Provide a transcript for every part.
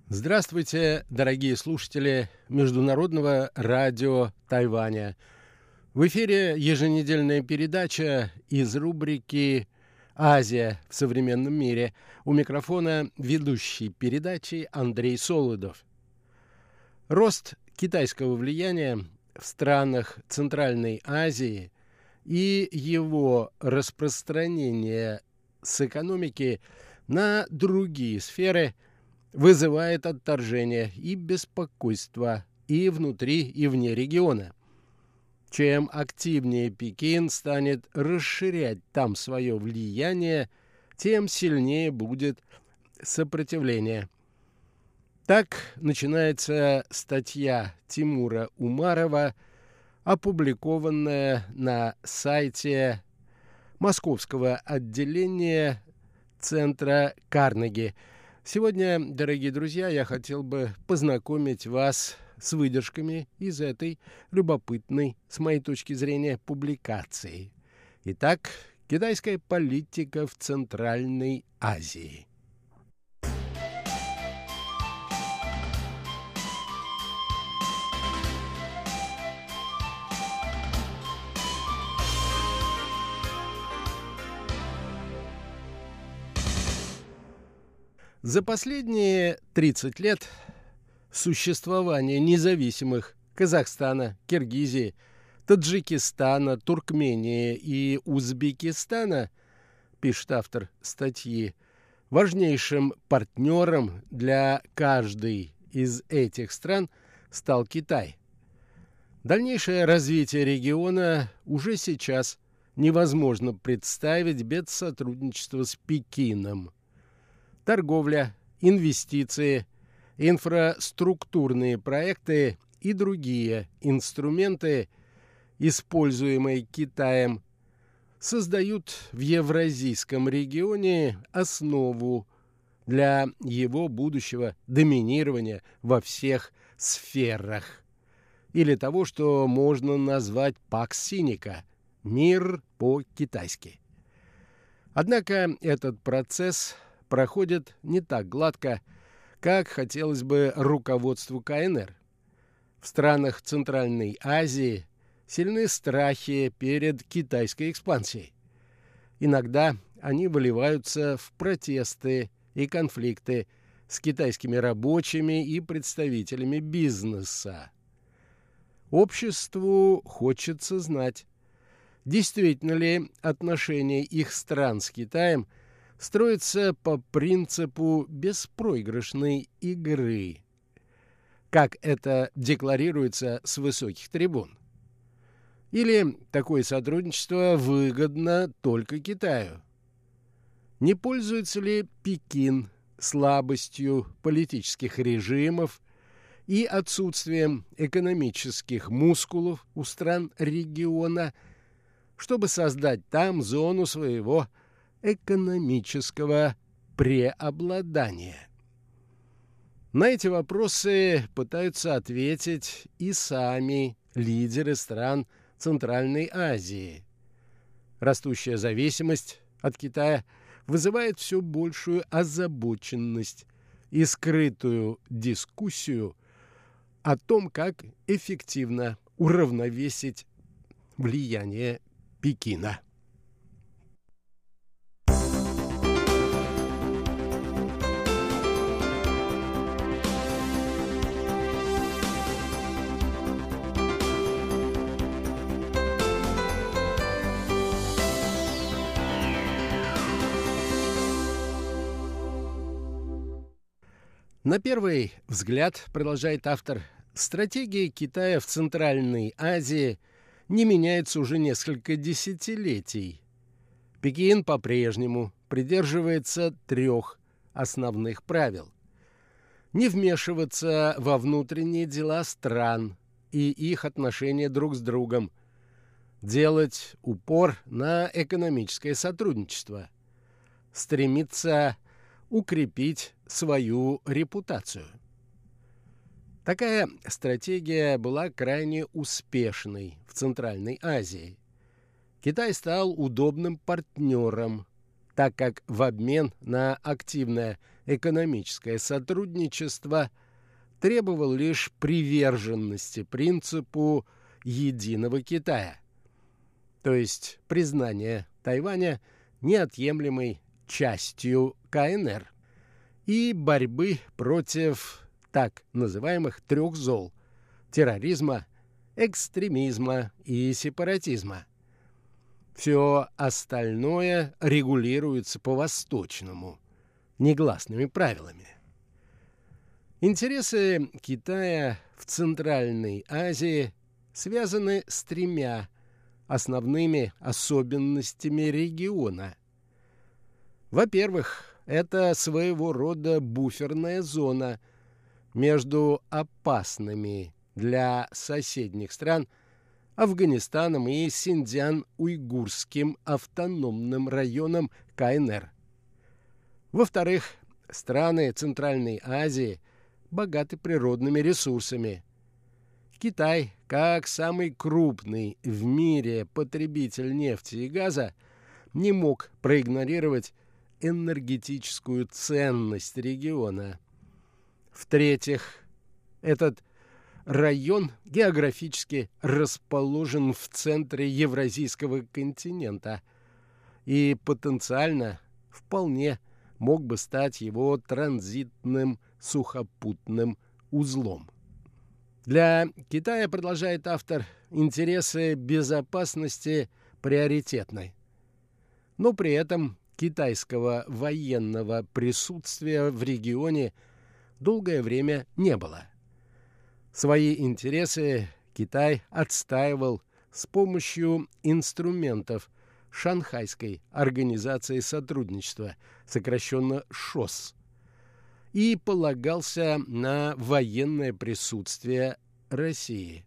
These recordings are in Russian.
Здравствуйте, дорогие слушатели Международного радио Тайваня. В эфире еженедельная передача из рубрики «Азия в современном мире». У микрофона ведущий передачи Андрей Солодов. Рост китайского влияния в странах Центральной Азии и его распространение с экономики на другие сферы вызывает отторжение и беспокойство и внутри, и вне региона. Чем активнее Пекин станет расширять там свое влияние, тем сильнее будет сопротивление. Так начинается статья Тимура Умарова, опубликованная на сайте Московского отделения Центра Карнеги. Сегодня, дорогие друзья, я хотел бы познакомить вас с выдержками из этой любопытной, с моей точки зрения, публикации. Итак, китайская политика в Центральной Азии. За последние 30 лет существования независимых Казахстана, Киргизии, Таджикистана, Туркмении и Узбекистана, пишет автор статьи, важнейшим партнером для каждой из этих стран стал Китай. Дальнейшее развитие региона уже сейчас невозможно представить без сотрудничества с Пекином. Торговля, инвестиции, инфраструктурные проекты и другие инструменты, используемые Китаем, создают в евразийском регионе основу для его будущего доминирования во всех сферах, или того, что можно назвать «пакс синика» – мир по-китайски. Однако этот процесс проходит не так гладко, как хотелось бы руководству КНР. В странах Центральной Азии сильны страхи перед китайской экспансией. Иногда они выливаются в протесты и конфликты с китайскими рабочими и представителями бизнеса. Обществу хочется знать, действительно ли отношения их стран с Китаем строится по принципу беспроигрышной игры, как это декларируется с высоких трибун. Или такое сотрудничество выгодно только Китаю? Не пользуется ли Пекин слабостью политических режимов и отсутствием экономических мускулов у стран региона, чтобы создать там зону своего экономического преобладания? На эти вопросы пытаются ответить и сами лидеры стран Центральной Азии. Растущая зависимость от Китая вызывает все большую озабоченность и скрытую дискуссию о том, как эффективно уравновесить влияние Пекина. На первый взгляд, продолжает автор, стратегия Китая в Центральной Азии не меняется уже несколько десятилетий. Пекин по-прежнему придерживается 3 основных правил: не вмешиваться во внутренние дела стран и их отношения друг с другом, делать упор на экономическое сотрудничество, стремиться укрепить свою репутацию. Такая стратегия была крайне успешной в Центральной Азии. Китай стал удобным партнером, так как в обмен на активное экономическое сотрудничество требовал лишь приверженности принципу единого Китая, то есть признания Тайваня неотъемлемой частью КНР и борьбы против так называемых трех зол – терроризма, экстремизма и сепаратизма. Все остальное регулируется по-восточному, негласными правилами. Интересы Китая в Центральной Азии связаны с тремя основными особенностями региона. Во-первых, это своего рода буферная зона между опасными для соседних стран Афганистаном и Синьцзян-Уйгурским автономным районом КНР. Во-вторых, страны Центральной Азии богаты природными ресурсами. Китай, как самый крупный в мире потребитель нефти и газа, не мог проигнорировать энергетическую ценность региона. В-третьих, этот район географически расположен в центре Евразийского континента и потенциально вполне мог бы стать его транзитным сухопутным узлом. Для Китая, продолжает автор, интересы безопасности приоритетны, но при этом китайского военного присутствия в регионе долгое время не было. Свои интересы Китай отстаивал с помощью инструментов Шанхайской организации сотрудничества, сокращенно ШОС, и полагался на военное присутствие России.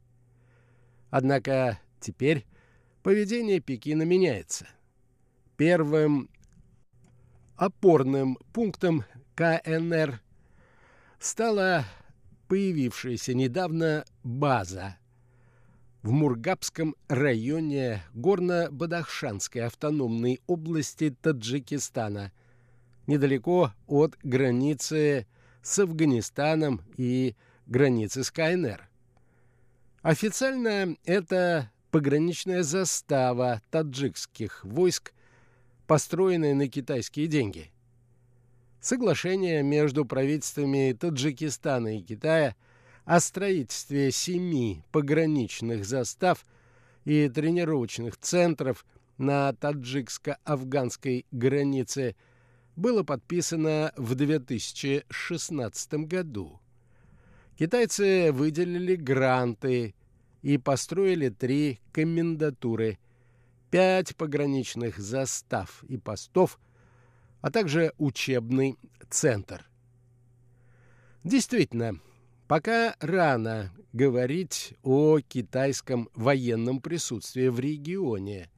Однако теперь поведение Пекина меняется. Первым опорным пунктом КНР стала появившаяся недавно база в Мургабском районе Горно-Бадахшанской автономной области Таджикистана, недалеко от границы с Афганистаном и границы с КНР. Официально это пограничная застава таджикских войск, построенная на китайские деньги. Соглашение между правительствами Таджикистана и Китая о строительстве 7 пограничных застав и тренировочных центров на таджикско-афганской границе было подписано в 2016 году. Китайцы выделили гранты и построили 3 комендатуры, 5 пограничных застав и постов, а также учебный центр. Действительно, пока рано говорить о китайском военном присутствии в регионе.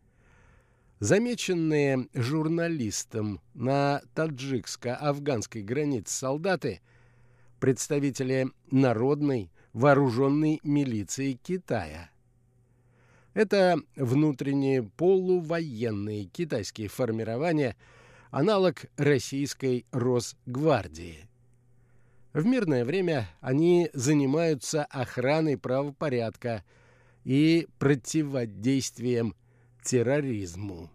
Замеченные журналистом на таджикско-афганской границе солдаты – представители народной вооруженной милиции Китая. Это внутренние полувоенные китайские формирования, аналог российской Росгвардии. В мирное время они занимаются охраной правопорядка и противодействием терроризму.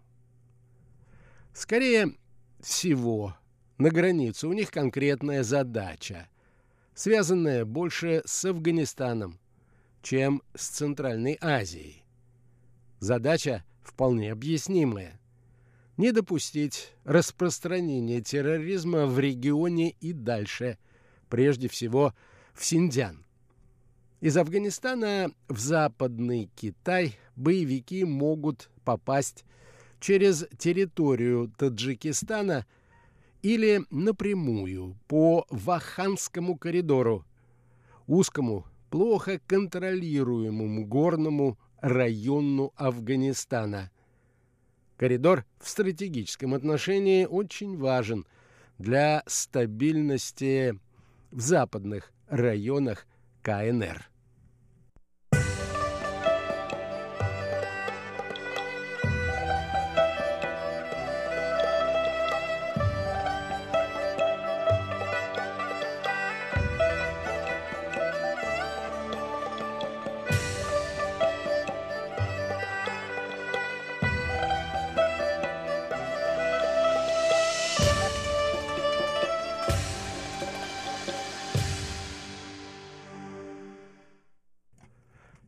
Скорее всего, на границе у них конкретная задача, связанная больше с Афганистаном, чем с Центральной Азией. Задача вполне объяснимая – не допустить распространения терроризма в регионе и дальше, прежде всего в Синьцзян. Из Афганистана в Западный Китай боевики могут попасть через территорию Таджикистана или напрямую по Вахханскому коридору, узкому, плохо контролируемому горному району Афганистана. Коридор в стратегическом отношении очень важен для стабильности в западных районах КНР.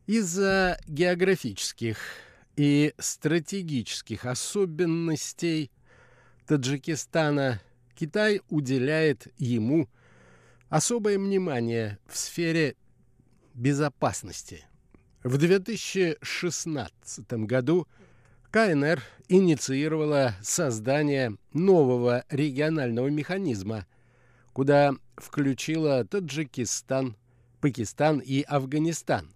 Из-за географических и стратегических особенностей Таджикистана Китай уделяет ему особое внимание в сфере безопасности. В 2016 году КНР инициировала создание нового регионального механизма, куда включила Таджикистан, Пакистан и Афганистан.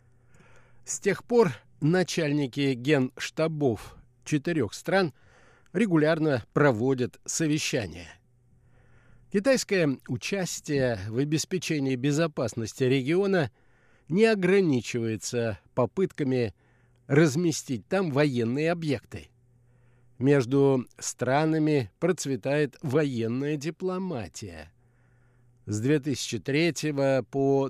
С тех пор начальники генштабов 4 стран регулярно проводят совещания. Китайское участие в обеспечении безопасности региона не ограничивается попытками разместить там военные объекты. Между странами процветает военная дипломатия. С 2003 по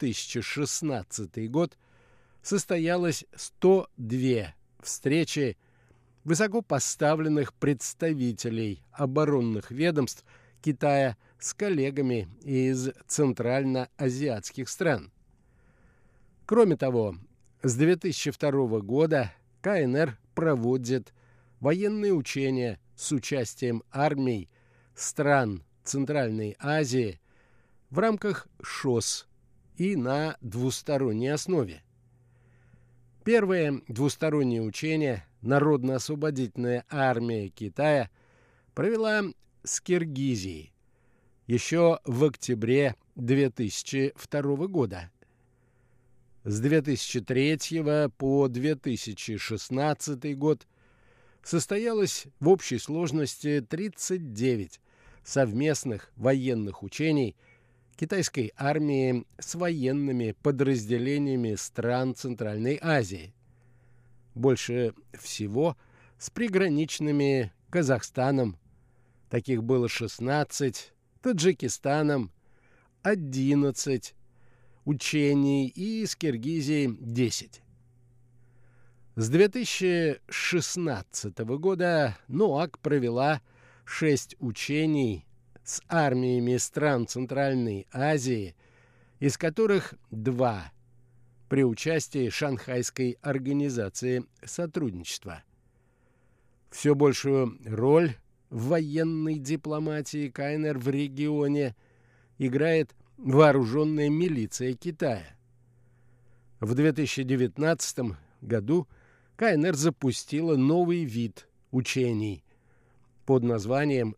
2016 год состоялось 102 встречи высокопоставленных представителей оборонных ведомств Китая с коллегами из центральноазиатских стран. Кроме того, с 2002 года КНР проводит военные учения с участием армий стран Центральной Азии в рамках ШОС и на двусторонней основе. Первое двустороннее учение Народно-освободительная армия Китая провела с Киргизией еще в октябре 2002 года. С 2003 по 2016 год состоялось в общей сложности 39 совместных военных учений китайской армии с военными подразделениями стран Центральной Азии. Больше всего с приграничными Казахстаном, таких было 16, Таджикистаном 11 учений и с Киргизией 10. С 2016 года НОАК провела 6 учений с армиями стран Центральной Азии, из которых 2 при участии Шанхайской организации сотрудничества. Все большую роль в военной дипломатии КНР в регионе играет вооруженная милиция Китая. В 2019 году КНР запустила новый вид учений под названием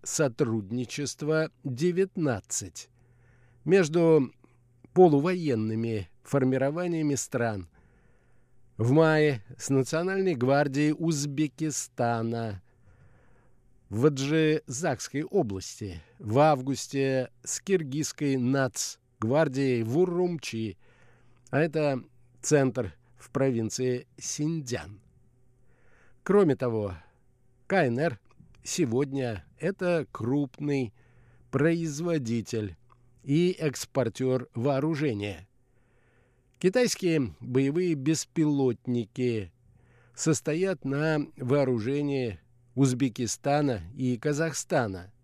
«Сотрудничество-19» между полувоенными формированиями стран. В мае с Национальной гвардией Узбекистана в Аджизакской области, в августе с киргизской нацгвардией в Урумчи, а это центр в провинции Синьцзян. Кроме того, КНР сегодня это крупный производитель и экспортер вооружения. Китайские боевые беспилотники состоят на вооружении Узбекистана и Казахстана.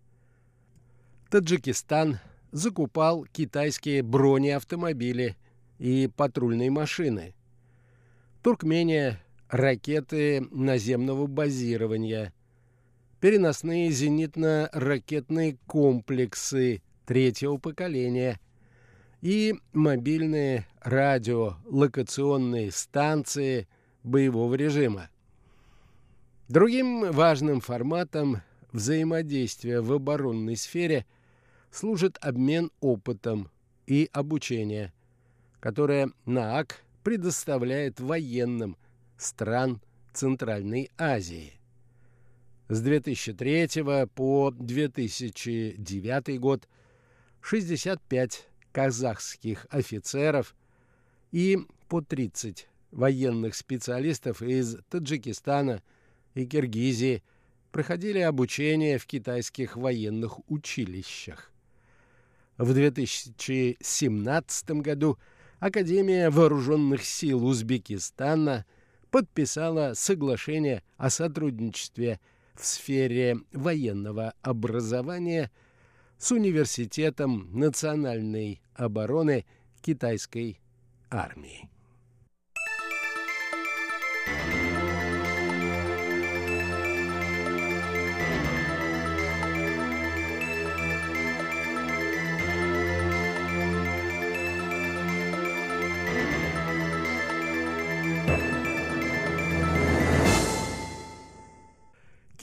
Таджикистан закупал китайские бронеавтомобили и патрульные машины. Туркмения – ракеты наземного базирования, переносные зенитно-ракетные комплексы 3-го поколения и мобильные радиолокационные станции боевого режима. Другим важным форматом взаимодействия в оборонной сфере служит обмен опытом и обучение, которое НААК предоставляет военным стран Центральной Азии. С 2003 по 2009 год 65 казахских офицеров и по 30 военных специалистов из Таджикистана и Киргизии проходили обучение в китайских военных училищах. В 2017 году Академия вооруженных сил Узбекистана подписала соглашение о сотрудничестве в сфере военного образования с Университетом национальной обороны китайской армии.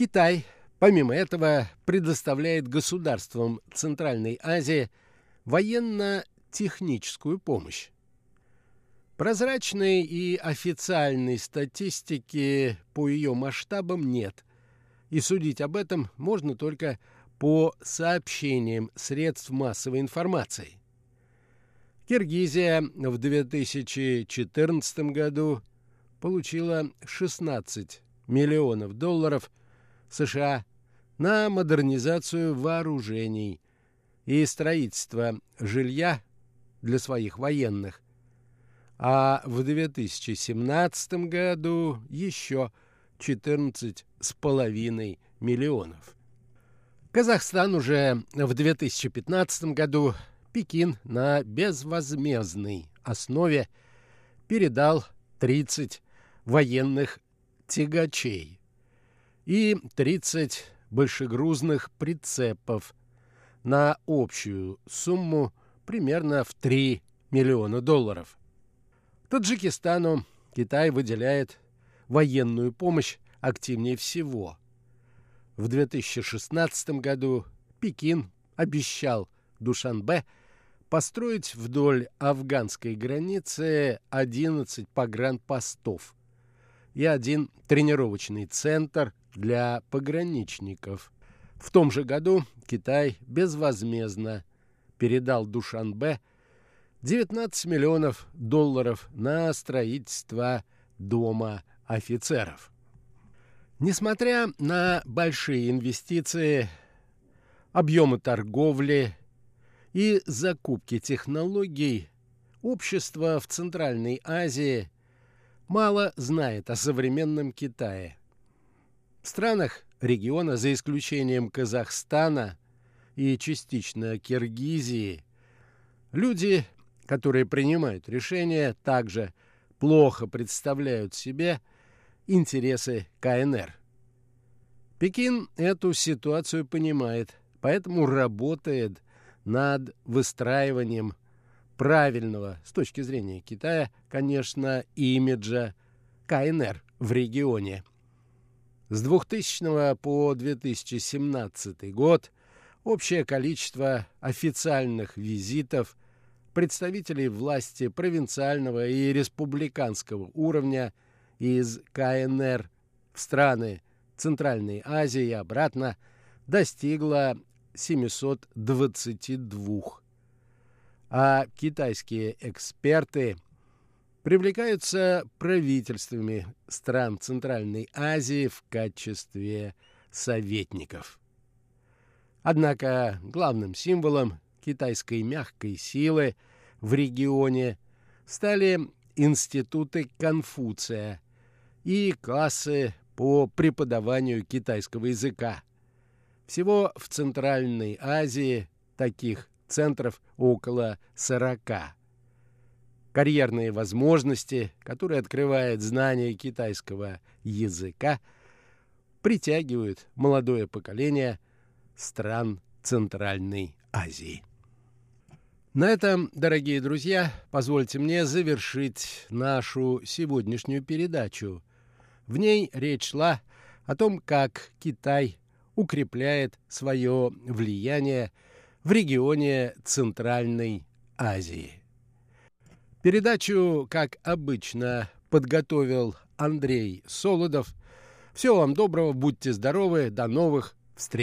Китай, помимо этого, предоставляет государствам Центральной Азии военно-техническую помощь. Прозрачной и официальной статистики по ее масштабам нет, и судить об этом можно только по сообщениям средств массовой информации. Киргизия в 2014 году получила 16 миллионов долларов США на модернизацию вооружений и строительство жилья для своих военных, а в 2017 году еще 14,5 миллионов. Казахстан уже в 2015 году Пекин на безвозмездной основе передал 30 военных тягачей и 30 большегрузных прицепов на общую сумму примерно в 3 миллиона долларов. Таджикистану Китай выделяет военную помощь активнее всего. В 2016 году Пекин обещал Душанбе построить вдоль афганской границы 11 погранпостов и 1 тренировочный центр для пограничников. В том же году Китай безвозмездно передал Душанбе 19 миллионов долларов на строительство Дома офицеров. Несмотря на большие инвестиции, объемы торговли и закупки технологий, общество в Центральной Азии мало знает о современном Китае. В странах региона, за исключением Казахстана и частично Киргизии, люди, которые принимают решения, также плохо представляют себе интересы КНР. Пекин эту ситуацию понимает, поэтому работает над выстраиванием правильного, с точки зрения Китая, конечно, имиджа КНР в регионе. С 2000 по 2017 год общее количество официальных визитов представителей власти провинциального и республиканского уровня из КНР в страны Центральной Азии и обратно достигло 722. А китайские эксперты привлекаются правительствами стран Центральной Азии в качестве советников. Однако главным символом китайской мягкой силы в регионе стали институты Конфуция и классы по преподаванию китайского языка. Всего в Центральной Азии таких центров около 40. Карьерные возможности, которые открывает знание китайского языка, притягивают молодое поколение стран Центральной Азии. На этом, дорогие друзья, позвольте мне завершить нашу сегодняшнюю передачу. В ней речь шла о том, как Китай укрепляет свое влияние в регионе Центральной Азии. Передачу, как обычно, подготовил Андрей Солодов. Всего вам доброго, будьте здоровы, до новых встреч!